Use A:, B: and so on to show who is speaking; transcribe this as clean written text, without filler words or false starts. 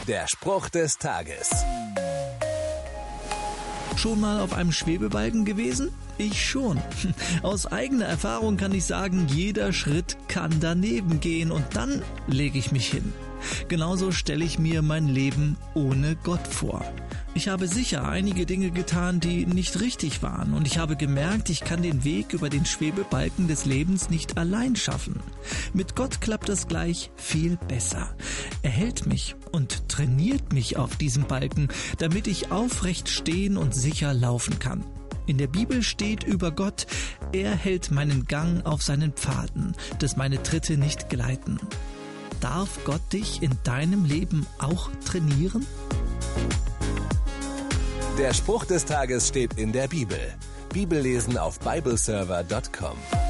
A: Der Spruch des Tages.
B: Schon mal auf einem Schwebebalken gewesen? Ich schon. Aus eigener Erfahrung kann ich sagen, jeder Schritt kann daneben gehen und dann lege ich mich hin. Genauso stelle ich mir mein Leben ohne Gott vor. Ich habe sicher einige Dinge getan, die nicht richtig waren und ich habe gemerkt, ich kann den Weg über den Schwebebalken des Lebens nicht allein schaffen. Mit Gott klappt es gleich viel besser. Er hält mich und trainiert mich auf diesem Balken, damit ich aufrecht stehen und sicher laufen kann. In der Bibel steht über Gott, er hält meinen Gang auf seinen Pfaden, dass meine Tritte nicht gleiten. Darf Gott dich in deinem Leben auch trainieren?
A: Der Spruch des Tages steht in der Bibel. Bibellesen auf bibleserver.com.